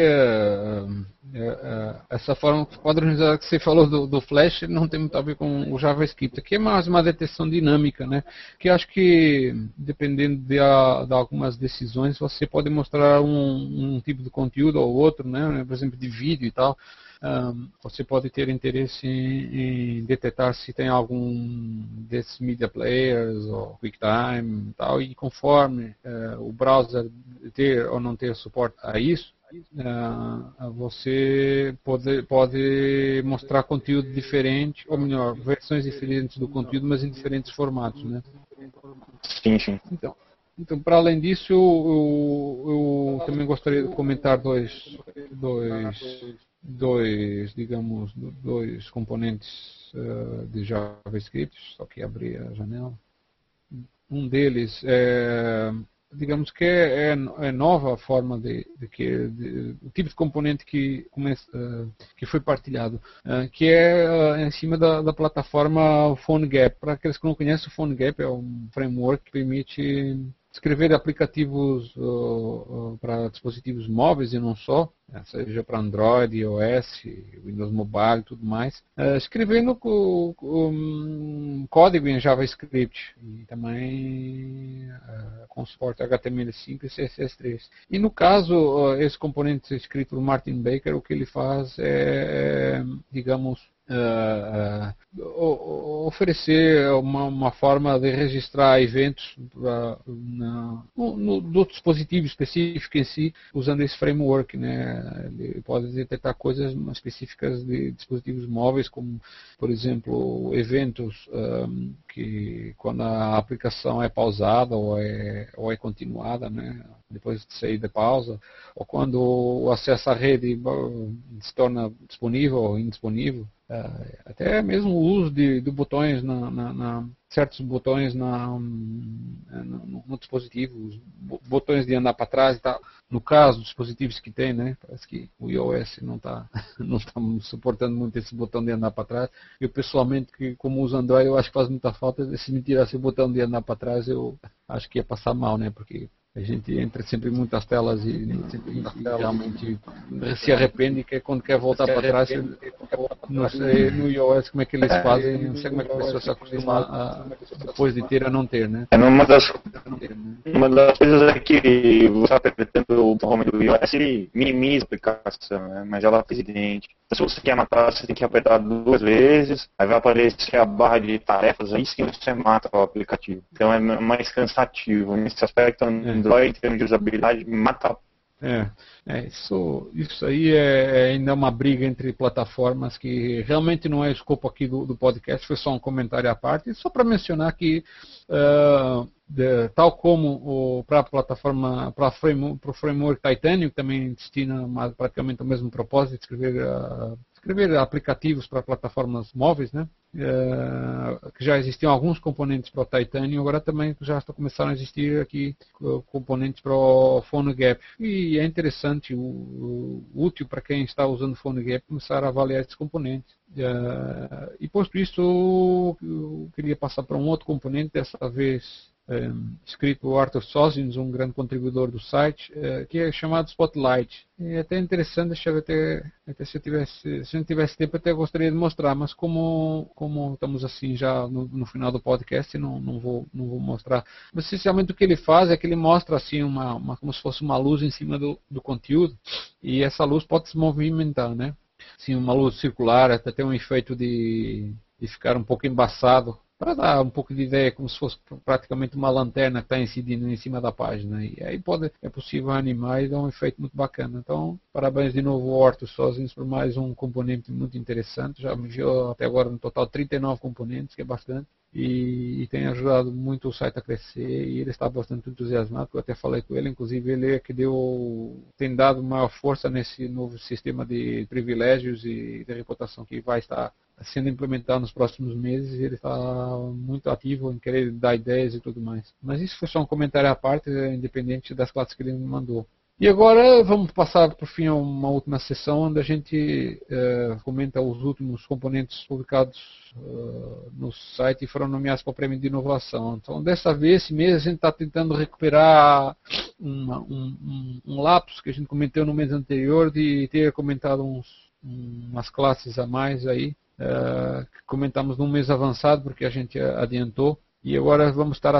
essa forma padronizada que você falou do Flash não tem muito a ver com o JavaScript. Aqui é mais uma detecção dinâmica, né? Que acho que, dependendo de algumas decisões, você pode mostrar um tipo de conteúdo ou outro, né? Por exemplo, de vídeo e tal. Você pode ter interesse em detectar se tem algum desses media players ou QuickTime e tal, e conforme o browser ter ou não ter suporte a isso, você pode mostrar conteúdo diferente, ou melhor, versões diferentes do conteúdo, mas em diferentes formatos, né? Sim, sim. Então, para além disso, eu também gostaria de comentar dois componentes de JavaScript, só que abrir a janela. Um deles digamos que é nova a forma o tipo de componente que foi partilhado, que é em cima da plataforma PhoneGap. Para aqueles que não conhecem, o PhoneGap é um framework que permite escrever aplicativos para dispositivos móveis e não só, seja para Android, iOS, Windows Mobile e tudo mais, escrevendo código em JavaScript e também com suporte HTML5 e CSS3. E no caso, esse componente escrito por Martin Baker, o que ele faz digamos, oferecer uma forma de registrar eventos do dispositivo específico em si, usando esse framework, né? Ele pode detectar coisas específicas de dispositivos móveis, como, por exemplo, eventos que quando a aplicação é pausada ou é continuada, né? Depois de sair da pausa, ou quando o acesso à rede se torna disponível ou indisponível. Até mesmo o uso de botões, certos botões no dispositivo, botões de andar para trás e tal. No caso dos dispositivos que tem, né? Parece que o iOS não está suportando muito esse botão de andar para trás. Eu pessoalmente, como uso Android, eu acho que faz muita falta. Se me tirasse o botão de andar para trás, eu acho que ia passar mal, né? Porque A gente entra sempre em muitas telas e realmente se arrepende, que quando quer voltar para trás, não sei no iOS como é que eles fazem, não sei como é que a pessoa se acostuma depois de ter a não ter, né? Uma das coisas é que você apertando o botão do iOS, ele minimiza a aplicação, né? Mas ela é evidente. Se você quer matar, você tem que apertar 2 vezes, aí vai aparecer a barra de tarefas, aí sim você mata o aplicativo. Então é mais cansativo. Nesse aspecto, Android, em termos de usabilidade, mata. Isso aí é ainda uma briga entre plataformas que realmente não é o escopo aqui do podcast, foi só um comentário à parte, só para mencionar que tal como para a plataforma, para o framework Titanium, que também destina praticamente o mesmo propósito, escrever aplicativos para plataformas móveis, né? Que já existiam alguns componentes para o Titanium, agora também já começaram a existir aqui componentes para o PhoneGap. E é interessante, útil para quem está usando o PhoneGap começar a avaliar esses componentes. E posto isso, eu queria passar para um outro componente, dessa vez escrito por Arthur Sozins, um grande contribuidor do site, que é chamado Spotlight. É até interessante, deixa eu ver, até se a gente tivesse tempo, até gostaria de mostrar, mas como estamos assim já no final do podcast, não vou mostrar. Mas essencialmente o que ele faz é que ele mostra assim como se fosse uma luz em cima do conteúdo, e essa luz pode se movimentar, né? Assim, uma luz circular, até tem um efeito de ficar um pouco embaçado, para dar um pouco de ideia, como se fosse praticamente uma lanterna que está incidindo em cima da página. E aí é possível animar e dar um efeito muito bacana. Então, parabéns de novo ao Arthur Sozins por mais um componente muito interessante. Já enviou até agora no total 39 componentes, que é bastante. E tem ajudado muito o site a crescer, e ele está bastante entusiasmado, porque eu até falei com ele, inclusive ele é que tem dado maior força nesse novo sistema de privilégios e de reputação que vai estar sendo implementado nos próximos meses, e ele está muito ativo em querer dar ideias e tudo mais. Mas isso foi só um comentário à parte, independente das classes que ele me mandou. E agora vamos passar, por fim, a uma última sessão, onde a gente comenta os últimos componentes publicados no site e foram nomeados para o prêmio de inovação. Então, dessa vez, esse mês, a gente está tentando recuperar um lapso que a gente comentou no mês anterior, de ter comentado umas classes a mais aí, que comentamos num mês avançado, porque a gente adiantou. E agora vamos estar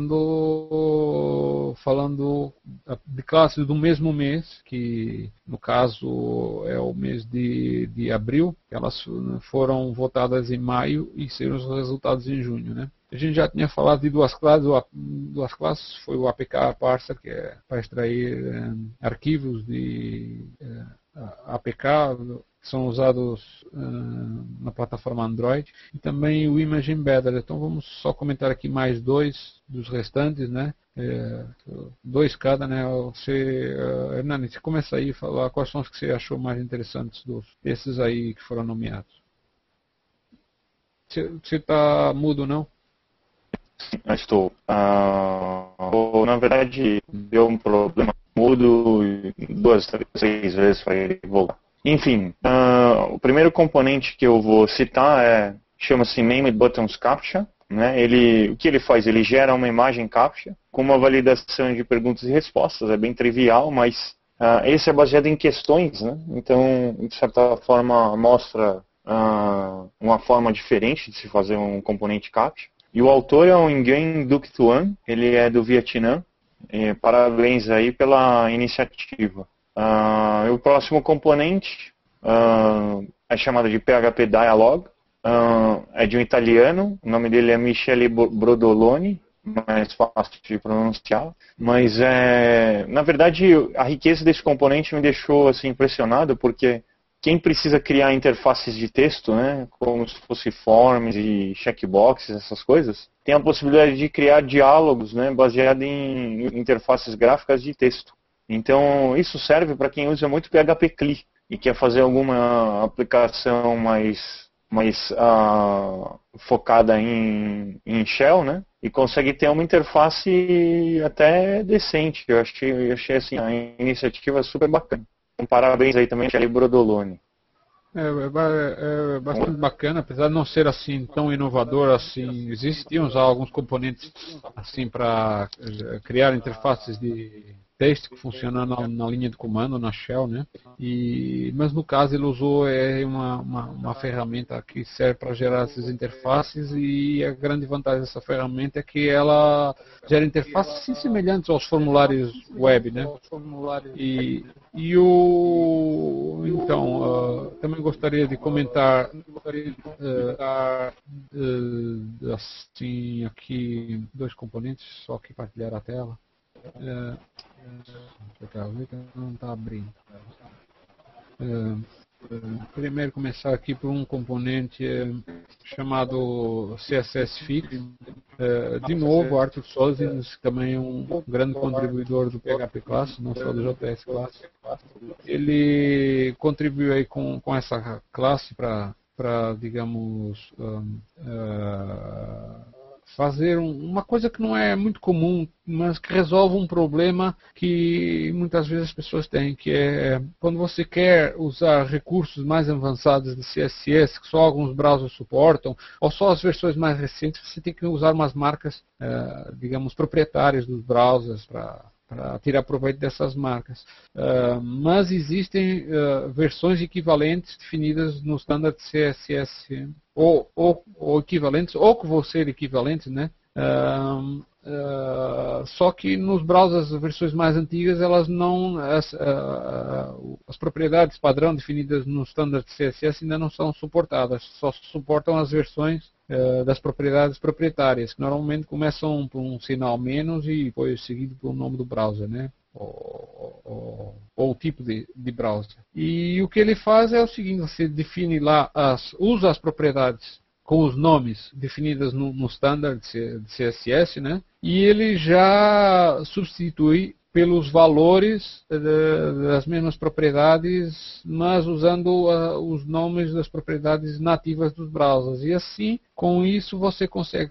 acertando, falando de classes do mesmo mês, que no caso é o mês de abril. Elas foram votadas em maio e serão os resultados em junho, né? A gente já tinha falado de duas classes, foi o APK Parser, que é para extrair arquivos de APK, que são usados na plataforma Android, e também o Image Embedder. Então vamos só comentar aqui mais dois dos restantes, né? Dois cada, né? Hernani, você começa aí a falar quais são os que você achou mais interessantes desses aí que foram nomeados. Você está mudo, não? Estou. Na verdade, deu um problema mudo 2, 3 vezes para ele voltar. Enfim, o primeiro componente que eu vou citar chama-se Named Buttons Captcha. Né? O que ele faz? Ele gera uma imagem captcha com uma validação de perguntas e respostas. É bem trivial, mas esse é baseado em questões, né? Então, de certa forma, mostra uma forma diferente de se fazer um componente captcha. E o autor é o Nguyen Duc Thuan, ele é do Vietnã. Parabéns aí pela iniciativa. O próximo componente é chamado de PHP Dialog. É de um italiano, o nome dele é Michele Brodoloni, mais fácil de pronunciar. Mas, na verdade, a riqueza desse componente me deixou assim, impressionado, porque quem precisa criar interfaces de texto, né, como se fosse forms e checkboxes, essas coisas, tem a possibilidade de criar diálogos, né, baseados em interfaces gráficas de texto. Então, isso serve para quem usa muito PHP CLI e quer fazer alguma aplicação mais focada em Shell, né, e consegue ter uma interface até decente. Eu achei assim, a iniciativa super bacana. Parabéns aí também, Michele Brodoloni. É bastante bacana, apesar de não ser assim tão inovador assim. Existiam já alguns componentes assim para criar interfaces de texto que funcionam na linha de comando, na shell, né? Mas no caso ele usou uma ferramenta que serve para gerar essas interfaces, e a grande vantagem dessa ferramenta é que ela gera interfaces sim, semelhantes aos formulários web, né? Então, também gostaria de comentar assim aqui dois componentes, só que partilhar a tela. Não está abrindo. Primeiro começar aqui por um componente chamado CSS Fix. De novo, Arthur Sozins, que também é um grande contribuidor do PHP Class, não só do JS Class. Ele contribuiu aí com essa classe para digamos, fazer uma coisa que não é muito comum, mas que resolve um problema que muitas vezes as pessoas têm, que é quando você quer usar recursos mais avançados de CSS, que só alguns browsers suportam, ou só as versões mais recentes, você tem que usar umas marcas, digamos, proprietárias dos browsers para tirar proveito dessas marcas. Mas existem versões equivalentes definidas no standard CSS, ou equivalentes, ou que vão ser equivalentes, né? Só que nos browsers, as versões mais antigas, elas não, as propriedades padrão definidas no standard CSS ainda não são suportadas, só suportam as versões das propriedades proprietárias, que normalmente começam por um sinal menos e depois seguido pelo nome do browser, né? Ou o tipo de browser. E o que ele faz é o seguinte: você define lá, usa as propriedades com os nomes definidas no standard de CSS, né? E ele já substitui pelos valores das mesmas propriedades, mas usando os nomes das propriedades nativas dos browsers. E assim, com isso, você consegue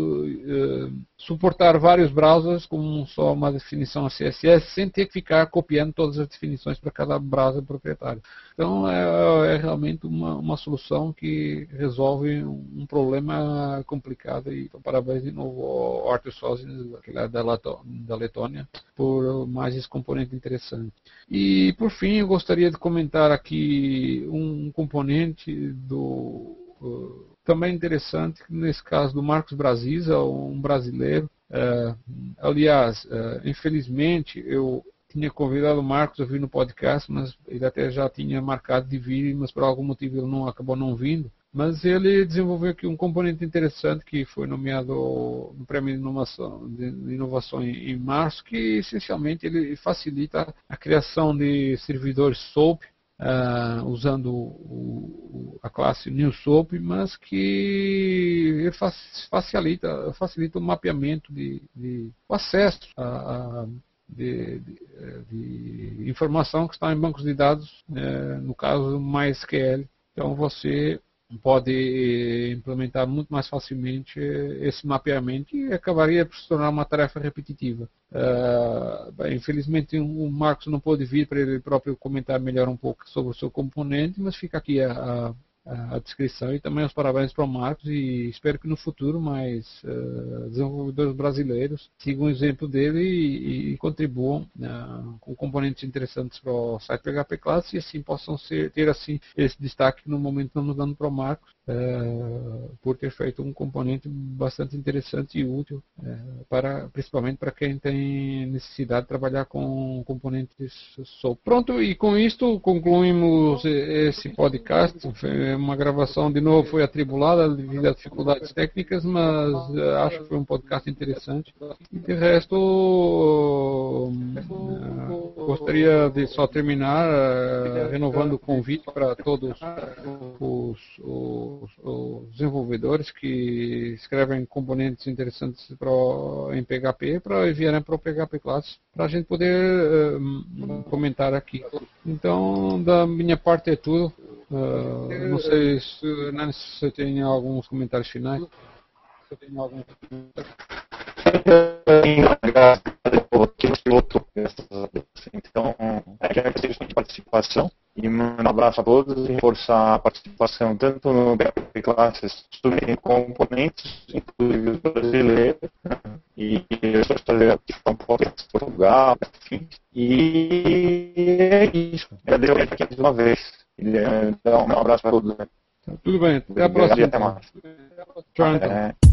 suportar vários browsers com só uma definição CSS, sem ter que ficar copiando todas as definições para cada browser proprietário. Então é realmente uma solução que resolve um problema complicado. E então, parabéns de novo ao Arthur Sozins, que é da Letônia, por mais esse componente interessante. E por fim, eu gostaria de comentar aqui um componente também interessante, nesse caso do Marcos Brasiza, um brasileiro. Aliás, infelizmente, eu tinha convidado o Marcos a vir no podcast, mas ele até já tinha marcado de vir, mas por algum motivo ele acabou não vindo. Mas ele desenvolveu aqui um componente interessante que foi nomeado no Prêmio de Inovação em março, que essencialmente ele facilita a criação de servidores SOAP, usando a classe NewSOAP, mas que facilita o mapeamento o acesso de informação que está em bancos de dados, no caso MySQL. Então você pode implementar muito mais facilmente esse mapeamento, e acabaria por se tornar uma tarefa repetitiva. Infelizmente o Marcos não pôde vir para ele próprio comentar melhor um pouco sobre o seu componente, mas fica aqui a descrição, e também os parabéns para o Marcos, e espero que no futuro mais desenvolvedores brasileiros sigam o exemplo dele e contribuam com componentes interessantes para o site PHP Class, e assim possam ter assim esse destaque que no momento estamos dando para o Marcos, por ter feito um componente bastante interessante e útil, principalmente para quem tem necessidade de trabalhar com componentes SOAP. Pronto, e com isto concluímos esse podcast. Uma gravação, de novo, foi atribulada devido a dificuldades técnicas, mas acho que foi um podcast interessante. E de resto, gostaria de só terminar renovando o convite para todos os desenvolvedores que escrevem componentes interessantes em PHP para enviarem para o PHP Class, para a gente poder comentar aqui. Então, da minha parte é tudo. Não sei se você tem alguns comentários finais. Então, agradeço a participação. E mandar um abraço a todos e reforçar a participação tanto no PHP Classes sobre componentes, inclusive os brasileiros, e eu só fazer aqui um pouco de Portugal, enfim. E é isso. Agradeço aqui mais uma vez. Então, um abraço para todos. Tudo bem, até a próxima. Até mais. Tchau, então.